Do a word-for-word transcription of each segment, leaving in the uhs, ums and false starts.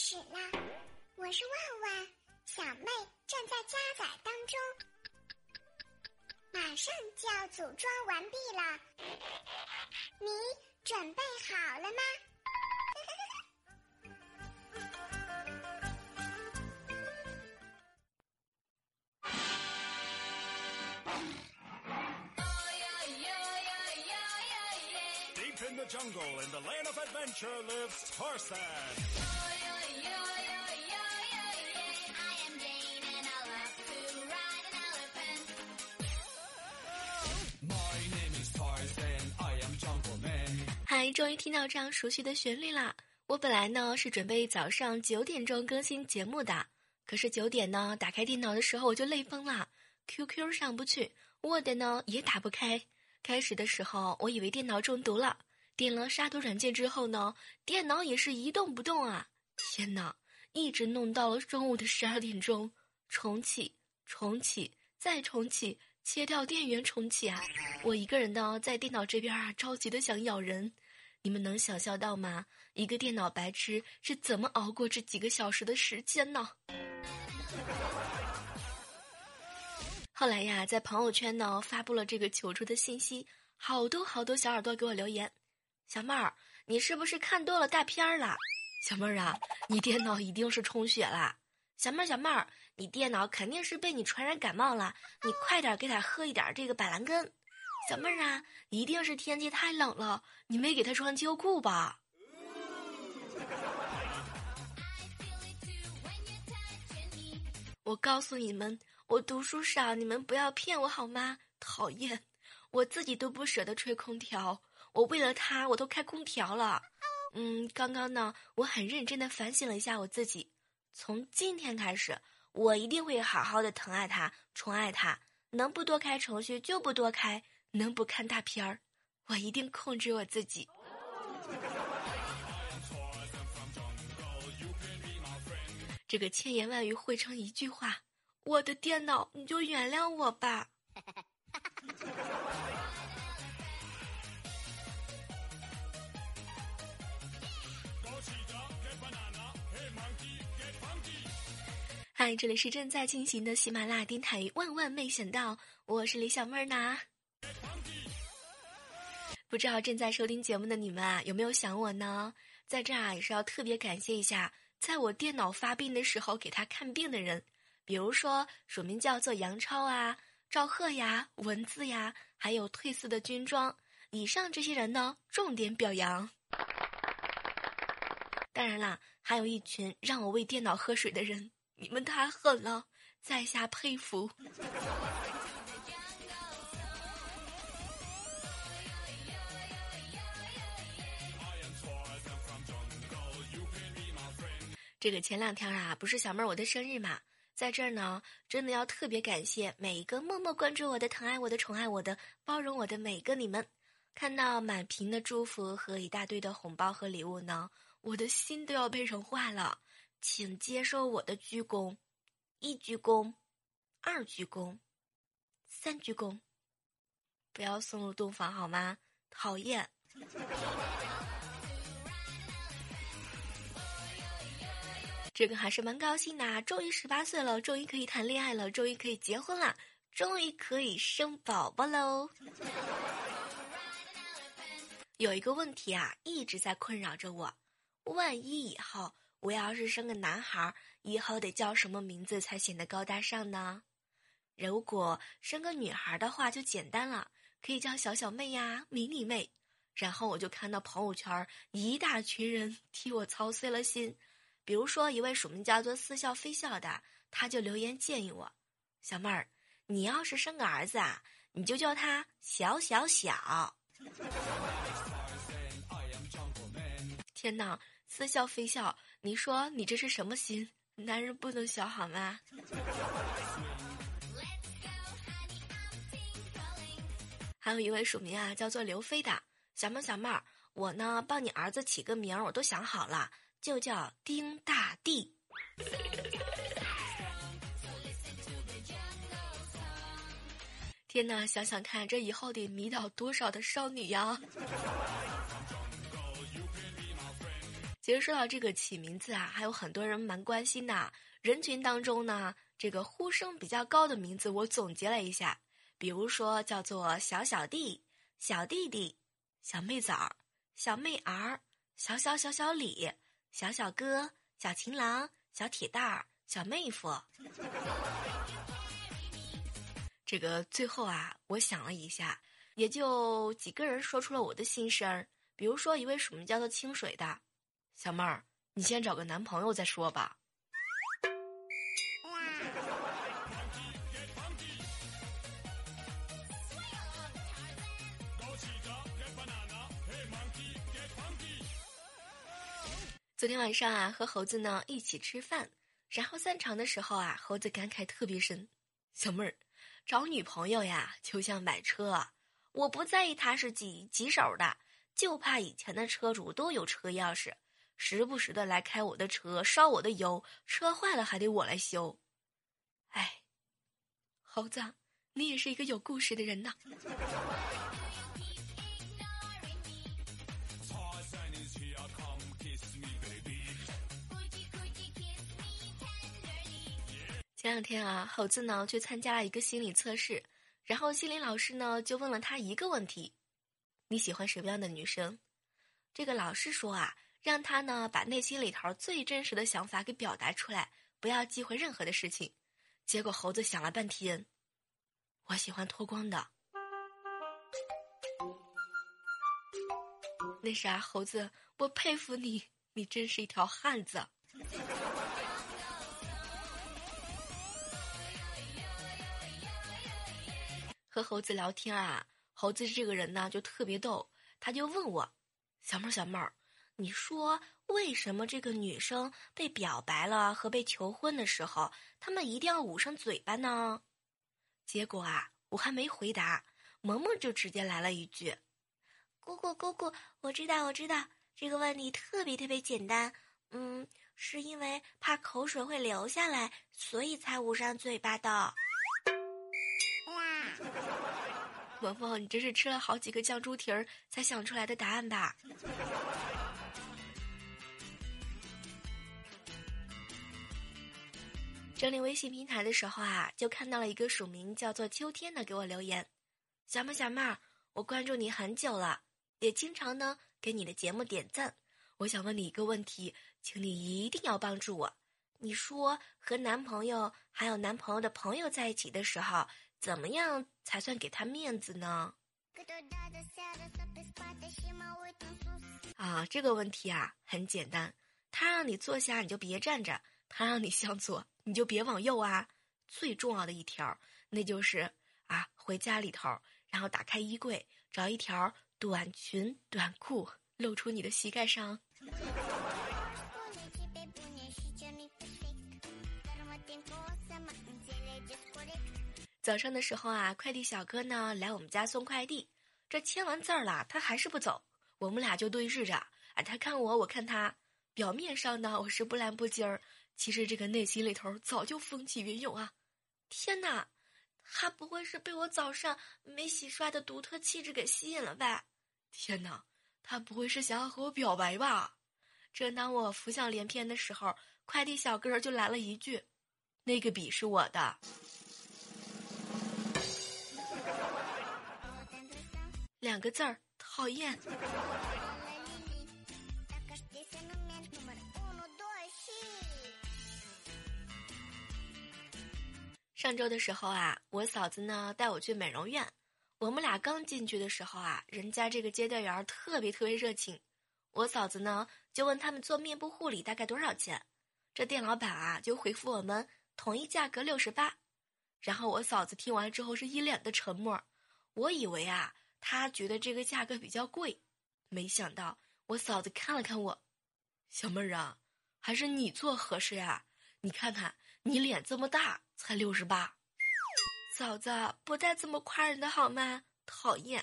始了，我是万万，小妹正在加载当中，马上就要组装完毕了，你准备好了吗？ In the jungle, in the land of adventure, lives Tarzan. I am Jane and I love to ride an elephant. My name is Tarzan, I am Jungle Man. 嗨，终于听到这样熟悉的旋律啦！我本来呢是准备早上九点钟更新节目的，可是九点呢打开电脑的时候我就累疯了 ，Q Q 上不去 ，Word 呢也打不开。开始的时候我以为电脑中毒了。点了杀毒软件之后呢，电脑也是一动不动啊！天哪，一直弄到了中午的十二点钟，重启，重启，再重启，切掉电源重启啊！我一个人呢，在电脑这边啊，着急的想咬人。你们能想象到吗？一个电脑白痴是怎么熬过这几个小时的时间呢？后来呀，在朋友圈呢发布了这个求助的信息，好多好多小耳朵给我留言。小妹儿，你是不是看多了大片儿了？小妹儿啊，你电脑一定是充血了。小妹儿，小妹儿，你电脑肯定是被你传染感冒了，你快点给他喝一点这个板蓝根。小妹儿啊，一定是天气太冷了，你没给他穿秋裤吧？我告诉你们，我读书少，你们不要骗我好吗？讨厌，我自己都不舍得吹空调。我为了他，我都开空调了。嗯，刚刚呢，我很认真的反省了一下我自己。从今天开始，我一定会好好的疼爱他，宠爱他。能不多开程序就不多开，能不看大片儿，我一定控制我自己。这个千言万语汇成一句话：我的电脑，你就原谅我吧。嗨，这里是正在进行的喜马拉雅电台，万万没想到，我是李小妹儿呢。不知道正在收听节目的你们啊，有没有想我呢？在这儿啊，也是要特别感谢一下，在我电脑发病的时候给他看病的人，比如说署名叫做杨超啊、赵贺呀、文字呀，还有褪色的军装，以上这些人呢，重点表扬。当然啦，还有一群让我为电脑喝水的人。你们太狠了，在下佩服。这个前两天啊，不是小妹儿我的生日嘛，在这儿呢，真的要特别感谢每一个默默关注我的、疼爱我的、宠爱我的、包容我的每个你们。看到满屏的祝福和一大堆的红包和礼物呢，我的心都要被融化了。请接受我的鞠躬，一鞠躬，二鞠躬，三鞠躬，不要送入洞房好吗？讨厌。这个还是蛮高兴的，终于十八岁了，终于可以谈恋爱了，终于可以结婚了，终于可以生宝宝喽。有一个问题啊，一直在困扰着我，万一以后我要是生个男孩，以后得叫什么名字才显得高大上呢？如果生个女孩的话就简单了，可以叫小小妹呀、迷你妹。然后我就看到朋友圈一大群人替我操碎了心，比如说一位署名叫做似笑非笑的，他就留言建议我：小妹儿，你要是生个儿子啊，你就叫他小小小。天哪，似笑非笑，你说你这是什么心？男人不能小好吗？还有一位署名啊，叫做刘飞的，小妹小妹儿，我呢帮你儿子起个名儿，我都想好了，就叫丁大地。天哪，想想看，这以后得迷倒多少的少女呀！ 其实说到这个起名字啊，还有很多人蛮关心的。人群当中呢，这个呼声比较高的名字，我总结了一下，比如说叫做小小弟、小弟弟、小妹崽儿、小妹儿、小小小小李、小小哥、小情郎、小铁蛋儿、小妹夫。这个最后啊，我想了一下，也就几个人说出了我的心声。比如说一位署名叫做清水的，小妹儿，你先找个男朋友再说吧。昨天晚上啊，和猴子呢一起吃饭，然后散场的时候啊，猴子感慨特别深。小妹儿，找女朋友呀，就像买车，我不在意它是几几手的，就怕以前的车主都有车钥匙，时不时的来开我的车，烧我的油，车坏了还得我来修。哎，猴子，你也是一个有故事的人呐。前两天啊，猴子呢去参加了一个心理测试，然后心理老师呢就问了他一个问题：你喜欢什么样的女生？这个老师说啊，让他呢把内心里头最真实的想法给表达出来，不要忌讳任何的事情。结果猴子想了半天，我喜欢脱光的。那啥，猴子，我佩服你，你真是一条汉子。和猴子聊天啊，猴子这个人呢就特别逗，他就问我，小妹儿小妹儿，你说为什么这个女生被表白了和被求婚的时候，她们一定要捂上嘴巴呢？结果啊，我还没回答，萌萌就直接来了一句， 姑姑姑姑，我知道我知道，这个问题特别特别简单，嗯，是因为怕口水会流下来，所以才捂上嘴巴的。 萌萌，你这是吃了好几个酱猪蹄儿才想出来的答案吧？整理微信平台的时候啊，就看到了一个署名叫做秋天的给我留言，小妹小妹儿，我关注你很久了，也经常呢给你的节目点赞。我想问你一个问题，请你一定要帮助我。你说和男朋友还有男朋友的朋友在一起的时候，怎么样才算给他面子呢？啊，这个问题啊很简单，他让你坐下你就别站着，他让你向左你就别往右啊。最重要的一条，那就是啊，回家里头，然后打开衣柜，找一条短裙短裤，露出你的膝盖上。早上的时候啊，快递小哥呢来我们家送快递，这签完字儿了，他还是不走，我们俩就对视着，啊，他看我，我看他，表面上呢我是不蓝不尖儿，其实这个内心里头早就风起云涌啊！天哪，他不会是被我早上没洗刷的独特气质给吸引了吧？天哪，他不会是想要和我表白吧？正当我浮想联翩的时候，快递小哥就来了一句：“那个笔是我的。”两个字儿，讨厌。上周的时候啊，我嫂子呢带我去美容院，我们俩刚进去的时候啊，人家这个接待员特别特别热情，我嫂子呢就问他们做面部护理大概多少钱，这店老板啊就回复我们统一价格六十八，然后我嫂子听完之后是一脸的沉默，我以为啊他觉得这个价格比较贵，没想到我嫂子看了看我，小妹儿啊，还是你做合适呀，你看看你脸这么大才六十八，嫂子不带这么夸人的好吗？讨厌。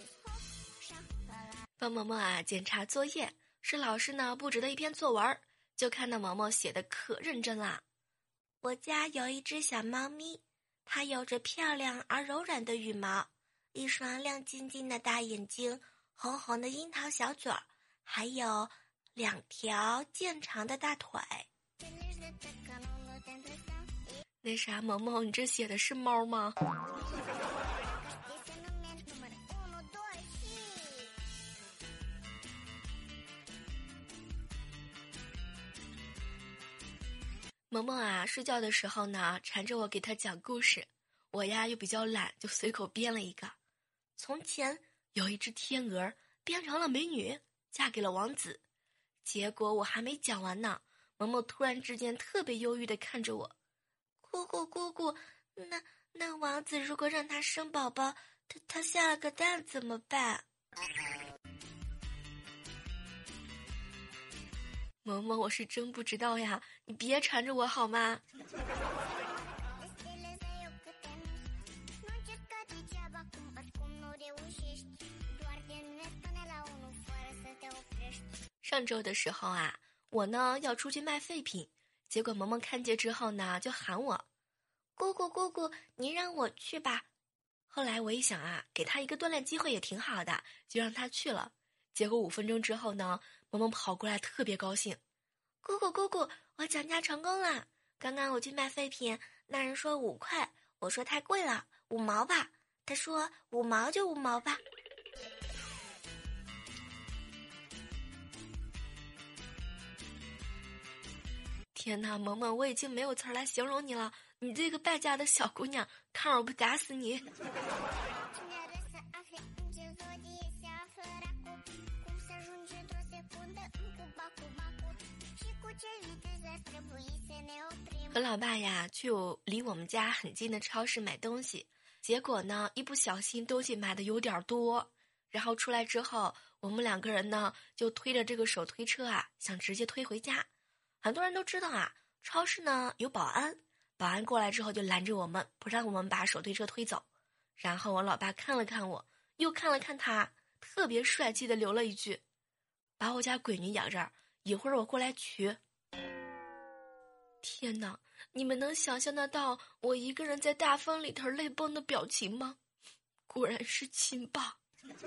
帮萌萌啊检查作业，是老师呢布置的一篇作文， 就看到毛毛写的可认真啦。我家有一只小猫咪，它有着漂亮而柔软的羽毛，一双亮晶晶的大眼睛，红红的樱桃小嘴儿，还有两条健长的大腿。那啥，萌萌，你这写的是猫吗？萌萌啊，睡觉的时候呢，缠着我给他讲故事，我呀又比较懒，就随口编了一个。从前有一只天鹅变成了美女，嫁给了王子。结果我还没讲完呢，萌萌突然之间特别忧郁地看着我，姑姑姑姑，那那王子如果让他生宝宝，他他下了个蛋怎么办？萌萌，我是真不知道呀，你别缠着我好吗？上周的时候啊，我呢要出去卖废品，结果萌萌看见之后呢，就喊我，姑姑姑姑，你让我去吧。后来我一想啊，给他一个锻炼机会也挺好的，就让他去了。结果五分钟之后呢，萌萌跑过来特别高兴，姑姑姑姑，我讲价成功了。刚刚我去卖废品，那人说五块，我说太贵了，五毛吧。他说五毛就五毛吧。天哪，萌萌，我已经没有词儿来形容你了，你这个败家的小姑娘，看我不打死你！和老爸呀去离我们家很近的超市买东西，结果呢一不小心东西买的有点多，然后出来之后我们两个人呢就推着这个手推车啊想直接推回家。很多人都知道啊，超市呢有保安，保安过来之后就拦着我们，不让我们把手推车推走。然后我老爸看了看我，又看了看他，特别帅气的留了一句，把我家闺女养这儿，一会儿我过来取。天哪，你们能想象得到我一个人在大风里头泪崩的表情吗？果然是亲爸。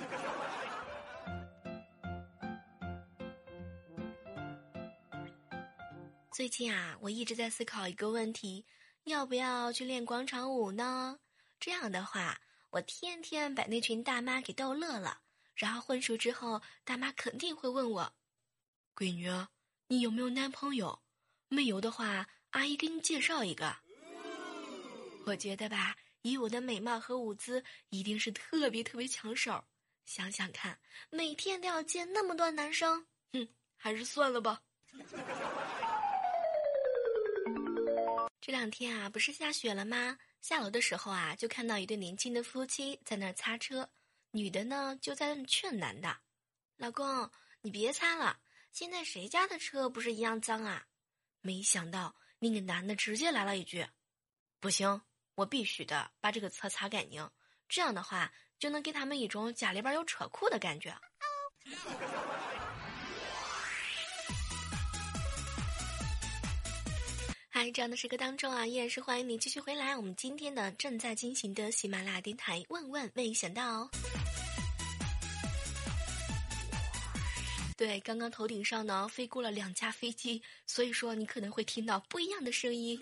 最近啊，我一直在思考一个问题，要不要去练广场舞呢？这样的话，我天天把那群大妈给逗乐了，然后混熟之后，大妈肯定会问我，闺女，你有没有男朋友？没有的话，阿姨给你介绍一个。我觉得吧，以我的美貌和舞姿，一定是特别特别抢手。想想看，每天都要见那么多男生，哼，还是算了吧。这两天啊，不是下雪了吗？下楼的时候啊，就看到一对年轻的夫妻在那儿擦车，女的呢就在那劝男的，老公，你别擦了，现在谁家的车不是一样脏啊？没想到那个男的直接来了一句，不行，我必须的把这个车擦干净，这样的话就能给他们一种家里边有车库的感觉。嗨，这样的时刻当中啊，依然是欢迎你继续回来。我们今天的正在进行的喜马拉雅电台，万万没想到哦。对，刚刚头顶上呢飞过了两架飞机，所以说你可能会听到不一样的声音。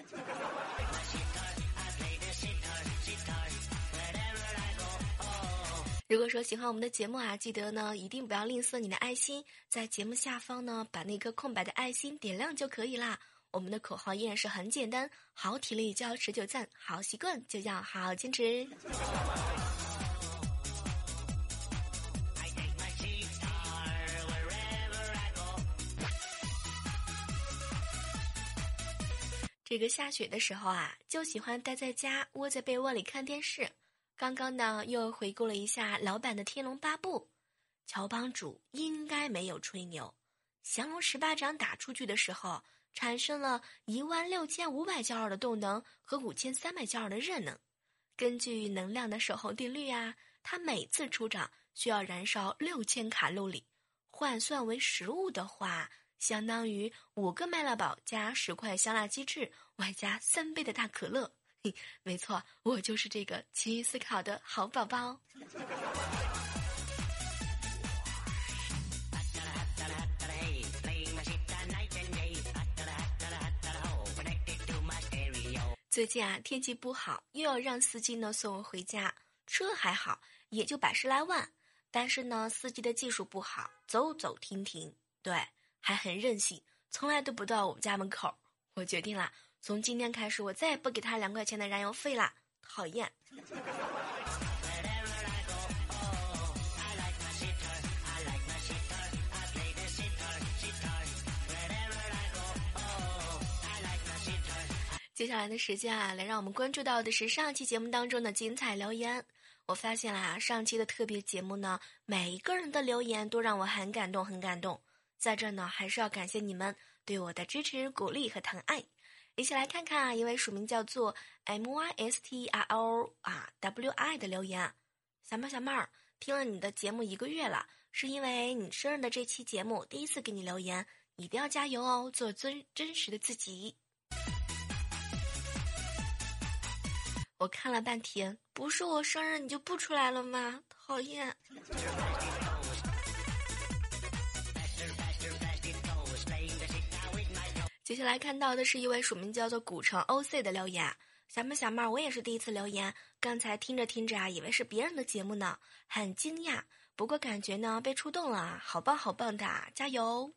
如果说喜欢我们的节目啊，记得呢一定不要吝啬你的爱心，在节目下方呢把那个空白的爱心点亮就可以啦。我们的口号依然是很简单，好体力就要持久战，好习惯就要好好坚持。这个下雪的时候啊，就喜欢待在家，窝在被窝里看电视。刚刚呢，又回顾了一下老版的《天龙八部》，乔帮主应该没有吹牛，降龙十八掌打出去的时候，产生了一万六千五百焦耳的动能和五千三百焦耳的热能。根据能量的守候定律啊，它每次出掌需要燃烧六千卡路里，换算为食物的话， 相当于五个麦乐宝加十块香辣鸡翅，外加三杯的大可乐。嘿，没错，我就是这个勤于思考的好宝宝。最近啊，天气不好，又要让司机呢送我回家。车还好，也就百十来万，但是呢，司机的技术不好，走走停停，对，还很任性，从来都不到我们家门口。我决定啦，从今天开始，我再也不给他两块钱的燃油费啦，讨厌。接下来的时间啊，来让我们关注到的是上期节目当中的精彩留言。我发现啦，上期的特别节目呢，每一个人的留言都让我很感动，很感动。在这呢，还是要感谢你们对我的支持、鼓励和疼爱。一起来看看啊，一位署名叫做 M Y S T R O 啊 W I 的留言啊，小妹小妹儿，听了你的节目一个月了，是因为你生日的这期节目第一次给你留言，一定要加油哦，做真真实的自己。我看了半天，不是我生日你就不出来了吗？讨厌。接下来看到的是一位署名叫做古城 O C 的留言，小妹小妹儿，我也是第一次留言，刚才听着听着啊，以为是别人的节目呢，很惊讶，不过感觉呢被触动了，好棒好棒的，加油！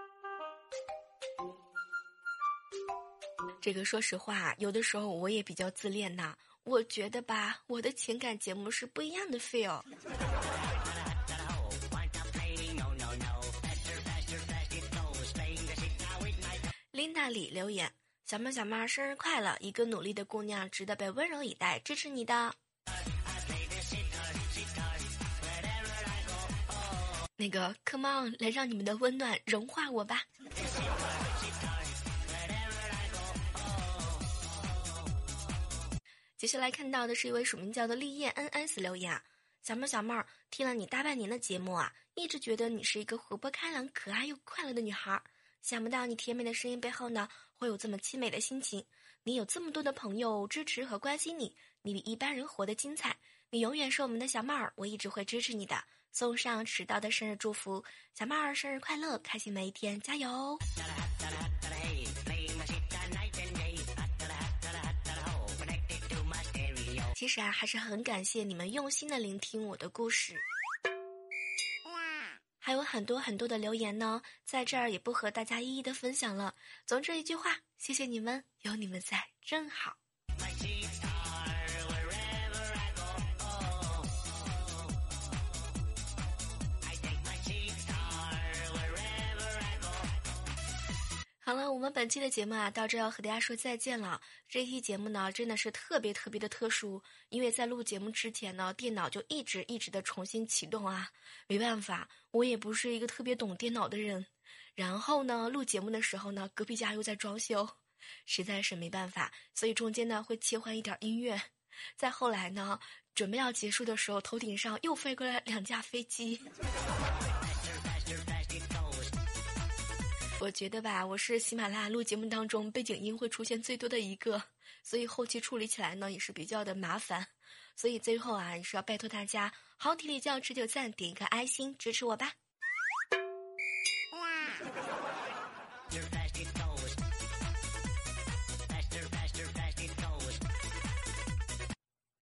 这个说实话，有的时候我也比较自恋呐。我觉得吧，我的情感节目是不一样的 feel。琳达里留言：小妹小妹生日快乐！一个努力的姑娘，值得被温柔以待，支持你的。那个 ，come on， 来让你们的温暖融化我吧。接下来看到的是一位署名叫做立业 N S 留言啊，小妹小妹儿，听了你大半年的节目啊，一直觉得你是一个活泼开朗、可爱又快乐的女孩，想不到你甜美的声音背后呢，会有这么凄美的心情。你有这么多的朋友支持和关心你，你比一般人活得精彩。你永远是我们的小妹儿，我一直会支持你的。送上迟到的生日祝福，小妹儿生日快乐，开心每一天，加油！其实啊，还是很感谢你们用心的聆听我的故事，还有很多很多的留言呢，在这儿也不和大家一一的分享了。总之一句话，谢谢你们，有你们在真好。好了，我们本期的节目啊，到这要和大家说再见了。这期节目呢，真的是特别特别的特殊，因为在录节目之前呢，电脑就一直一直的重新启动啊，没办法，我也不是一个特别懂电脑的人。然后呢，录节目的时候呢，隔壁家又在装修，实在是没办法，所以中间呢会切换一点音乐。再后来呢，准备要结束的时候，头顶上又飞过来两架飞机。我觉得吧，我是喜马拉雅录节目当中背景音会出现最多的一个，所以后期处理起来呢也是比较的麻烦。所以最后啊，也是要拜托大家，好体力就要持久赞，点一个爱心支持我吧。